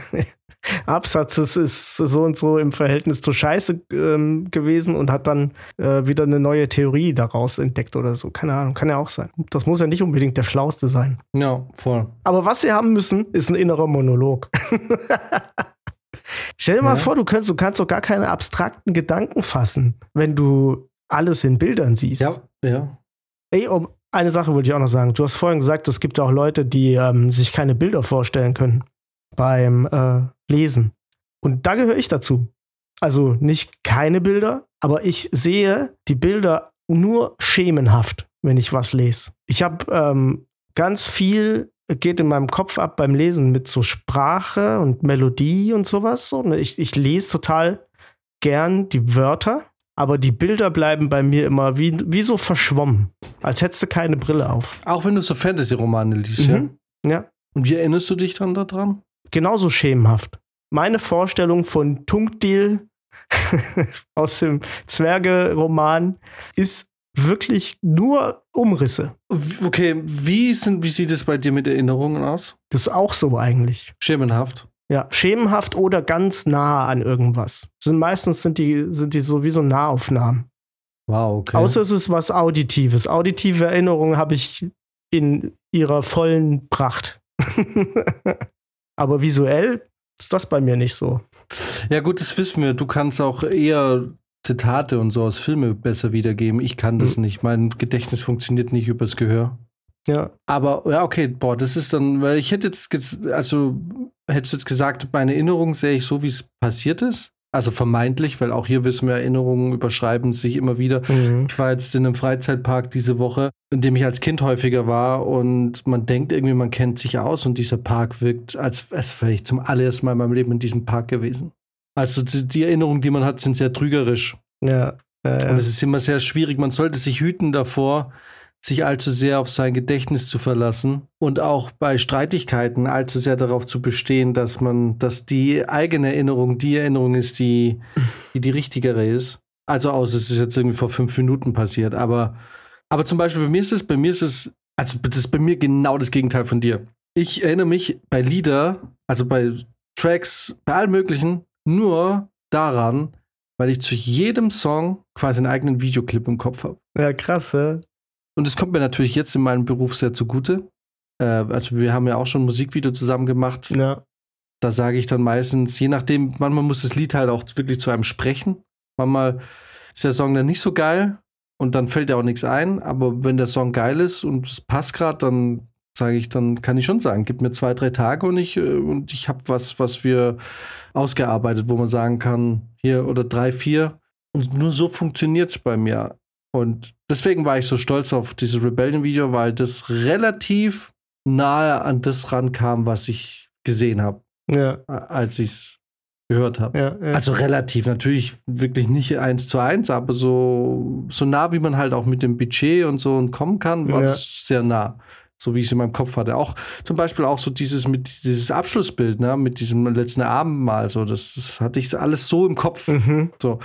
Absatzes ist so und so im Verhältnis zur Scheiße ähm, gewesen und hat dann äh, wieder eine neue Theorie daraus entdeckt oder so. Keine Ahnung, kann ja auch sein. Das muss ja nicht unbedingt der Schlauste sein. Ja, voll. Aber was sie haben müssen, ist ein innerer Monolog. Stell dir mal ja. vor, du kannst, du kannst doch gar keine abstrakten Gedanken fassen, wenn du alles in Bildern siehst. Ja, ja. Ey, um eine Sache wollte ich auch noch sagen. Du hast vorhin gesagt, es gibt auch Leute, die ähm, sich keine Bilder vorstellen können beim äh, Lesen. Und da gehöre ich dazu. Also nicht keine Bilder, aber ich sehe die Bilder nur schemenhaft, wenn ich was lese. Ich habe ähm, ganz viel geht in meinem Kopf ab beim Lesen mit so Sprache und Melodie und sowas. Und ich, ich lese total gern die Wörter, aber die Bilder bleiben bei mir immer wie, wie so verschwommen, als hättest du keine Brille auf. Auch wenn du so Fantasy-Romane liest, mhm. ja? Ja. Und wie erinnerst du dich dann daran? Genauso schemenhaft. Meine Vorstellung von Tunkdil aus dem Zwerge-Roman ist wirklich nur Umrisse. Okay, wie, sind, wie sieht es bei dir mit Erinnerungen aus? Das ist auch so eigentlich. Schemenhaft. Ja, schemenhaft oder ganz nah an irgendwas. Sind, meistens sind die, sind die sowieso Nahaufnahmen. Wow, okay. Außer es ist was Auditives. Auditive Erinnerungen habe ich in ihrer vollen Pracht. Aber visuell ist das bei mir nicht so. Ja gut, das wissen wir. Du kannst auch eher Zitate und so aus Filmen besser wiedergeben. Ich kann das mhm. nicht. Mein Gedächtnis funktioniert nicht übers Gehör. Ja. Aber ja, okay, boah, das ist dann, weil ich hätte jetzt, also hättest du jetzt gesagt, meine Erinnerung sehe ich so, wie es passiert ist. Also vermeintlich, weil auch hier wissen wir, Erinnerungen überschreiben sich immer wieder. Mhm. Ich war jetzt in einem Freizeitpark diese Woche, in dem ich als Kind häufiger war und man denkt irgendwie, man kennt sich aus und dieser Park wirkt, als, als wäre ich zum allerersten Mal in meinem Leben in diesem Park gewesen. Also die, die Erinnerungen, die man hat, sind sehr trügerisch. Ja. Äh, und es ist immer sehr schwierig. Man sollte sich hüten davor, sich allzu sehr auf sein Gedächtnis zu verlassen und auch bei Streitigkeiten allzu sehr darauf zu bestehen, dass man, dass die eigene Erinnerung die Erinnerung ist, die die, die richtigere ist. Also aus, es ist jetzt irgendwie vor fünf Minuten passiert, aber, aber zum Beispiel bei mir ist es, bei mir ist es, also das ist bei mir genau das Gegenteil von dir. Ich erinnere mich bei Lieder, also bei Tracks, bei allem Möglichen, nur daran, weil ich zu jedem Song quasi einen eigenen Videoclip im Kopf habe. Ja, krass, ja. Und es kommt mir natürlich jetzt in meinem Beruf sehr zugute. Äh, also wir haben ja auch schon ein Musikvideo zusammen gemacht. Ja. Da sage ich dann meistens, je nachdem, manchmal muss das Lied halt auch wirklich zu einem sprechen. Manchmal ist der Song dann nicht so geil und dann fällt ja auch nichts ein. Aber wenn der Song geil ist und es passt gerade, dann sage ich, dann kann ich schon sagen, gib mir zwei, drei Tage und ich, und ich habe was, was wir ausgearbeitet, wo man sagen kann, hier oder drei, vier. Und nur so funktioniert es bei mir. Und deswegen war ich so stolz auf dieses Rebellion-Video, weil das relativ nahe an das rankam, was ich gesehen habe, ja. als ich es gehört habe. Ja, ja. Also relativ, natürlich wirklich nicht eins zu eins, aber so, so nah, wie man halt auch mit dem Budget und so kommen kann, war es ja. sehr nah. So wie ich es in meinem Kopf hatte. Auch zum Beispiel auch so dieses mit dieses Abschlussbild, ne, mit diesem letzten Abendmahl, so, das, das hatte ich alles so im Kopf. Mhm. So.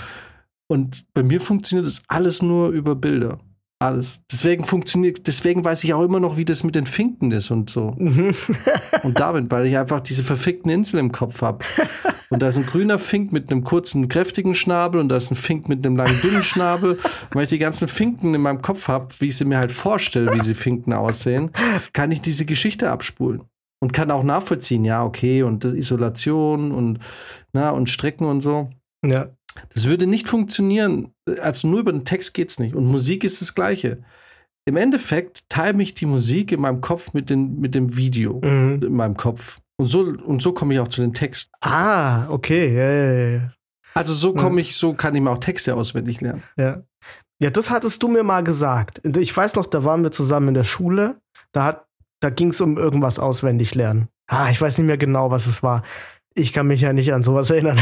Und bei mir funktioniert das alles nur über Bilder. Alles. Deswegen funktioniert, deswegen weiß ich auch immer noch, wie das mit den Finken ist und so. Mhm. Und damit, weil ich einfach diese verfickten Inseln im Kopf habe. Und da ist ein grüner Fink mit einem kurzen, kräftigen Schnabel und da ist ein Fink mit einem langen, dünnen Schnabel. Und weil ich die ganzen Finken in meinem Kopf habe, wie ich sie mir halt vorstelle, wie diese Finken aussehen, kann ich diese Geschichte abspulen. Und kann auch nachvollziehen, ja, okay, und Isolation und, na, und Strecken und so. Ja. Das würde nicht funktionieren. Also nur über den Text geht's nicht. Und Musik ist das Gleiche. Im Endeffekt teile ich die Musik in meinem Kopf mit, den, mit dem Video mhm. in meinem Kopf. Und so, und so komme ich auch zu den Texten. Ah, okay. Ja, ja, ja. Also so komme ich, so kann ich mir auch Texte auswendig lernen. Ja. Ja, das hattest du mir mal gesagt. Ich weiß noch, da waren wir zusammen in der Schule. Da, hat, da ging es um irgendwas auswendig lernen. Ah, ich weiß nicht mehr genau, was es war. Ich kann mich ja nicht an sowas erinnern.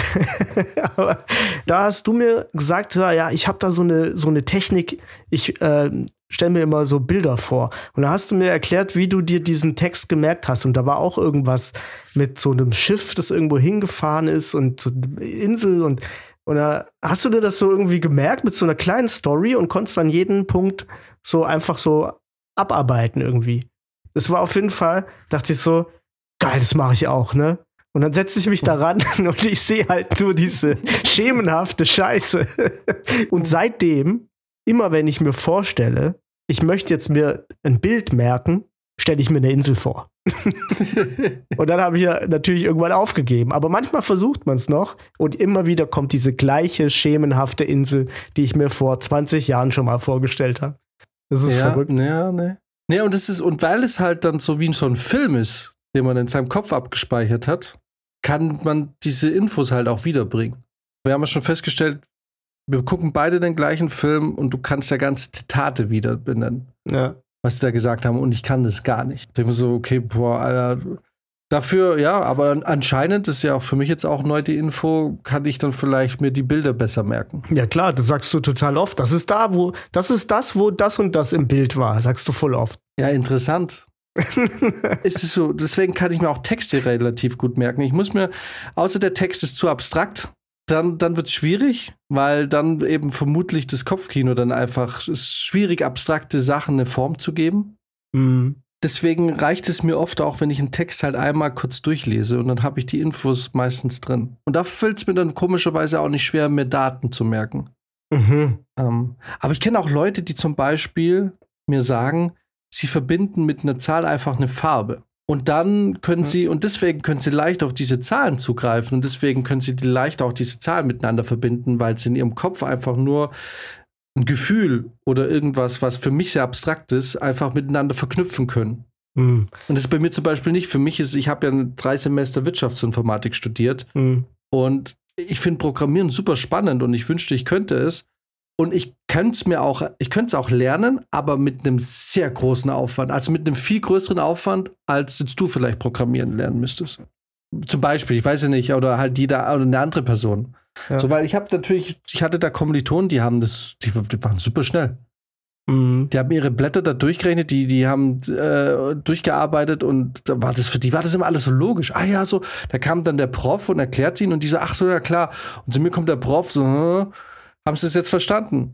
Aber da hast du mir gesagt, ja, ich habe da so eine, so eine Technik, ich äh, stelle mir immer so Bilder vor. Und da hast du mir erklärt, wie du dir diesen Text gemerkt hast. Und da war auch irgendwas mit so einem Schiff, das irgendwo hingefahren ist und so eine Insel. Und, und da hast du dir das so irgendwie gemerkt mit so einer kleinen Story und konntest dann jeden Punkt so einfach so abarbeiten irgendwie. Das war auf jeden Fall, dachte ich so, geil, das mache ich auch, ne? Und dann setze ich mich da ran und ich sehe halt nur diese schemenhafte Scheiße. Und seitdem, immer wenn ich mir vorstelle, ich möchte jetzt mir ein Bild merken, stelle ich mir eine Insel vor. Und dann habe ich ja natürlich irgendwann aufgegeben. Aber manchmal versucht man es noch und immer wieder kommt diese gleiche schemenhafte Insel, die ich mir vor zwanzig Jahren schon mal vorgestellt habe. Das ist ja, verrückt. Ja, ne. Nee, und das ist, und weil es halt dann so wie so ein Film ist, den man in seinem Kopf abgespeichert hat, kann man diese Infos halt auch wiederbringen. Wir haben ja schon festgestellt, wir gucken beide den gleichen Film und du kannst ja ganze Zitate wieder benennen. Ja. was sie da gesagt haben und ich kann das gar nicht. Ich denke so, okay, boah, Alter, dafür, ja, aber anscheinend ist ja auch für mich jetzt auch neu die Info, kann ich dann vielleicht mir die Bilder besser merken. Ja klar, das sagst du total oft. Das ist da, wo, das ist das, wo das und das im Bild war, sagst du voll oft. Ja, interessant. Es ist so, deswegen kann ich mir auch Texte relativ gut merken. Ich muss mir, außer der Text ist zu abstrakt, dann, dann wird es schwierig, weil dann eben vermutlich das Kopfkino dann einfach, es ist schwierig, abstrakte Sachen eine Form zu geben. Mhm. Deswegen reicht es mir oft auch, wenn ich einen Text halt einmal kurz durchlese und dann habe ich die Infos meistens drin. Und da fällt es mir dann komischerweise auch nicht schwer, mir Daten zu merken. Mhm. Ähm, aber ich kenne auch Leute, die zum Beispiel mir sagen, sie verbinden mit einer Zahl einfach eine Farbe. Und dann können sie, und deswegen können sie leicht auf diese Zahlen zugreifen und deswegen können sie leicht auch diese Zahlen miteinander verbinden, weil sie in ihrem Kopf einfach nur ein Gefühl oder irgendwas, was für mich sehr abstrakt ist, einfach miteinander verknüpfen können. Mhm. Und das ist bei mir zum Beispiel nicht. Für mich ist, ich habe ja drei Semester Wirtschaftsinformatik studiert Mhm. und ich finde Programmieren super spannend und ich wünschte, ich könnte es. Und ich könnte es mir auch, ich könnte es auch lernen, aber mit einem sehr großen Aufwand. Also mit einem viel größeren Aufwand, als jetzt du vielleicht programmieren lernen müsstest. Zum Beispiel, ich weiß ja nicht, oder halt jeder oder eine andere Person. Ja. So, weil ich habe natürlich, ich hatte da Kommilitonen, die haben das, die, die waren super schnell. Mhm. Die haben ihre Blätter da durchgerechnet, die, die haben äh, durchgearbeitet und da war das für die war das immer alles so logisch. Ah ja, so, da kam dann der Prof und erklärt ihnen und die so, ach so, ja klar. Und zu mir kommt der Prof so, hm, haben Sie es jetzt verstanden?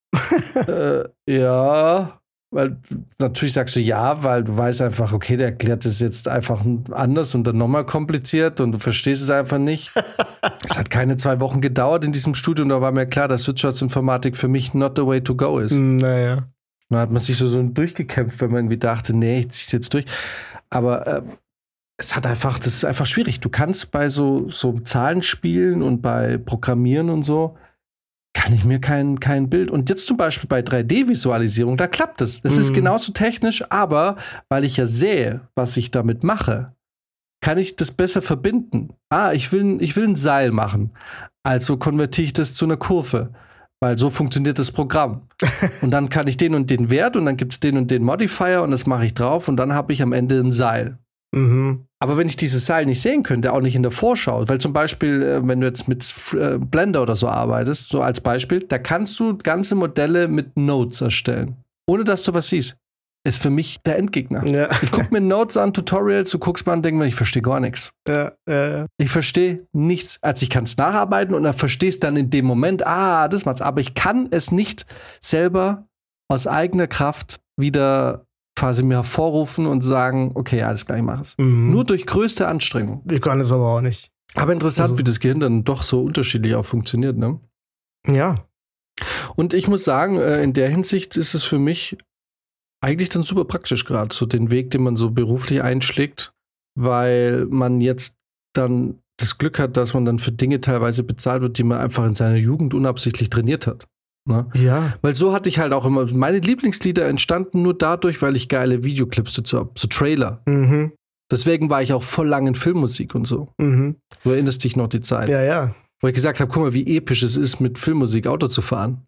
äh, ja, weil natürlich sagst du ja, weil du weißt einfach, okay, der erklärt es jetzt einfach anders und dann nochmal kompliziert und du verstehst es einfach nicht. Es hat keine zwei Wochen gedauert in diesem Studium, da war mir klar, dass Wirtschaftsinformatik für mich not the way to go ist. Naja. Dann hat man sich so, so durchgekämpft, wenn man irgendwie dachte, nee, ich zieh's jetzt durch. Aber äh, es hat einfach, das ist einfach schwierig. Du kannst bei so, so Zahlenspielen und bei Programmieren und so kann ich mir kein, kein Bild. Und jetzt zum Beispiel bei drei D-Visualisierung, da klappt es. Es. Es ist Mhm. genauso technisch, aber weil ich ja sehe, was ich damit mache, kann ich das besser verbinden. Ah, ich will, ich will ein Seil machen. Also konvertiere ich das zu einer Kurve. Weil so funktioniert das Programm. Und dann kann ich den und den Wert und dann gibt es den und den Modifier und das mache ich drauf und dann habe ich am Ende ein Seil. Mhm. Aber wenn ich dieses Seil nicht sehen könnte, auch nicht in der Vorschau, weil zum Beispiel, wenn du jetzt mit Blender oder so arbeitest, so als Beispiel, da kannst du ganze Modelle mit Nodes erstellen, ohne dass du was siehst. Ist für mich der Endgegner. Ja. Ich gucke mir Nodes an, Tutorials, du guckst mal und denkst mir, ich verstehe gar nichts. Ja, ja. Ich verstehe nichts. Also ich kann es nacharbeiten und dann verstehst dann in dem Moment, ah, das macht's. Aber ich kann es nicht selber aus eigener Kraft wieder quasi mir hervorrufen und sagen, okay, alles klar, ich mache es. Mhm. Nur durch größte Anstrengung. Ich kann es aber auch nicht. Aber interessant, Also- wie das Gehirn dann doch so unterschiedlich auch funktioniert, ne? Ja. Und ich muss sagen, äh, in der Hinsicht ist es für mich eigentlich dann super praktisch gerade, so den Weg, den man so beruflich einschlägt, weil man jetzt dann das Glück hat, dass man dann für Dinge teilweise bezahlt wird, die man einfach in seiner Jugend unabsichtlich trainiert hat. Ne? Ja. Weil so hatte ich halt auch immer, meine Lieblingslieder entstanden nur dadurch, weil ich geile Videoclips dazu habe, so Trailer. Mhm. Deswegen war ich auch voll lang in Filmmusik und so. Mhm. Du erinnerst dich noch die Zeit, Ja, ja. wo ich gesagt habe, guck mal, wie episch es ist, mit Filmmusik Auto zu fahren.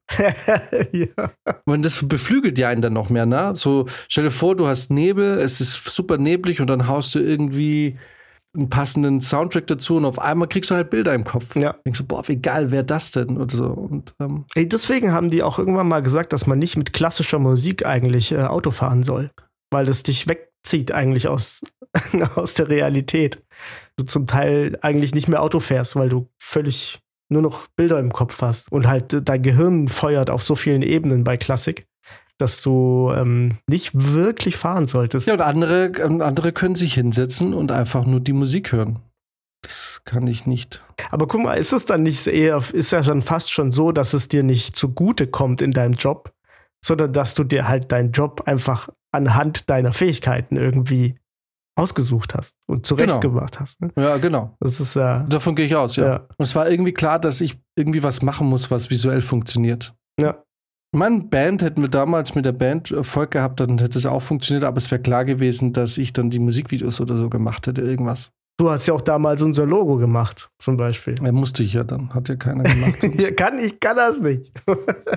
Ja. Und das beflügelt ja einen dann noch mehr, ne? So, stell dir vor, du hast Nebel, es ist super neblig und dann haust du irgendwie einen passenden Soundtrack dazu und auf einmal kriegst du halt Bilder im Kopf. Ja. Denkst du, boah, wie geil wäre das denn? Und so. Und, ähm, Ey, deswegen haben die auch irgendwann mal gesagt, dass man nicht mit klassischer Musik eigentlich äh, Auto fahren soll. Weil das dich wegzieht eigentlich aus, aus der Realität. Du zum Teil eigentlich nicht mehr Auto fährst, weil du völlig nur noch Bilder im Kopf hast. Und halt äh, dein Gehirn feuert auf so vielen Ebenen bei Klassik, dass du ähm, nicht wirklich fahren solltest. ja, und andere, ähm, andere können sich hinsetzen und einfach nur die Musik hören. Das kann ich nicht. Aber guck mal, ist es dann nicht eher, ist ja schon fast schon so, dass es dir nicht zugute kommt in deinem Job, sondern dass du dir halt deinen Job einfach anhand deiner Fähigkeiten irgendwie ausgesucht hast und zurechtgemacht hast. Ne? Ja, genau. Das ist ja. Davon gehe ich aus, ja. Ja. Und es war irgendwie klar, dass ich irgendwie was machen muss, was visuell funktioniert. Ja. Meine Band, hätten wir damals mit der Band Erfolg gehabt, dann hätte es auch funktioniert, aber es wäre klar gewesen, dass ich dann die Musikvideos oder so gemacht hätte, irgendwas. Du hast ja auch damals unser Logo gemacht, zum Beispiel. Ja, musste ich ja dann, hat ja keiner gemacht. Ja, kann, ich kann das nicht.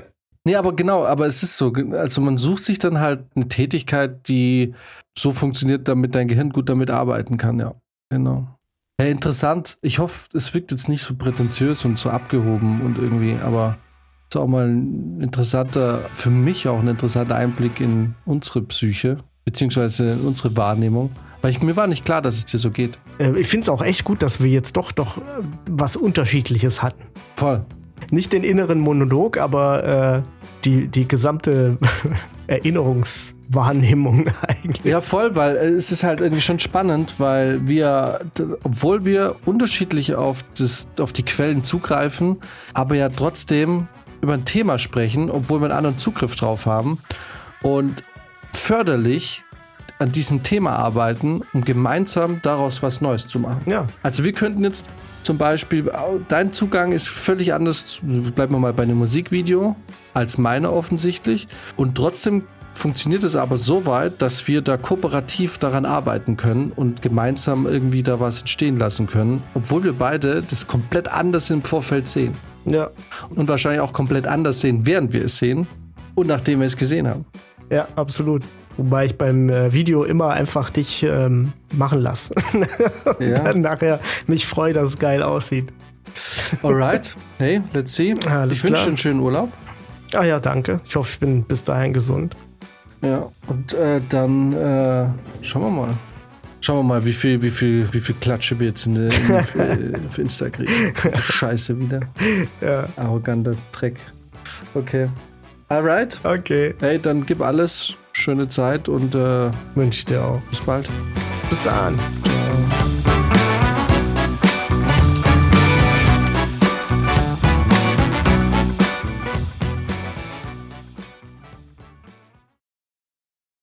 Nee, aber genau, aber es ist so. Also man sucht sich dann halt eine Tätigkeit, die so funktioniert, damit dein Gehirn gut damit arbeiten kann, ja. Genau. Ja, interessant. Ich hoffe, es wirkt jetzt nicht so prätentiös und so abgehoben und irgendwie, aber es ist auch mal ein interessanter, für mich auch ein interessanter Einblick in unsere Psyche, beziehungsweise in unsere Wahrnehmung. Weil ich, mir war nicht klar, dass es dir so geht. Ich finde es auch echt gut, dass wir jetzt doch doch was Unterschiedliches hatten. Voll. Nicht den inneren Monolog, aber äh, die, die gesamte Erinnerungswahrnehmung eigentlich. Ja, voll, weil es ist halt irgendwie schon spannend, weil wir, obwohl wir unterschiedlich auf, das, auf die Quellen zugreifen, aber ja trotzdem über ein Thema sprechen, obwohl wir einen anderen Zugriff drauf haben und förderlich an diesem Thema arbeiten, um gemeinsam daraus was Neues zu machen. Ja. Also wir könnten jetzt zum Beispiel, dein Zugang ist völlig anders, bleiben wir mal bei einem Musikvideo, als meiner offensichtlich. Und trotzdem funktioniert es aber so weit, dass wir da kooperativ daran arbeiten können und gemeinsam irgendwie da was entstehen lassen können, obwohl wir beide das komplett anders im Vorfeld sehen. Ja. Und wahrscheinlich auch komplett anders sehen, während wir es sehen und nachdem wir es gesehen haben. Ja, absolut. Wobei ich beim äh, Video immer einfach dich ähm, machen lasse. Ja. Dann nachher mich freue, dass es geil aussieht. Alright. Hey, let's see. Alles ich wünsche klar. dir einen schönen Urlaub. Ah ja, danke. Ich hoffe, ich bin bis dahin gesund. Ja, und äh, dann äh, schauen wir mal. Schauen wir mal, wie viel, wie viel, wie viel Klatsche wir jetzt in, in, für, für Insta kriegen. Scheiße wieder. Ja. Arroganter Dreck. Okay. Alright. Okay. Hey, dann gib alles. Schöne Zeit und äh, wünsche ich dir auch. bis bald. Bis dann.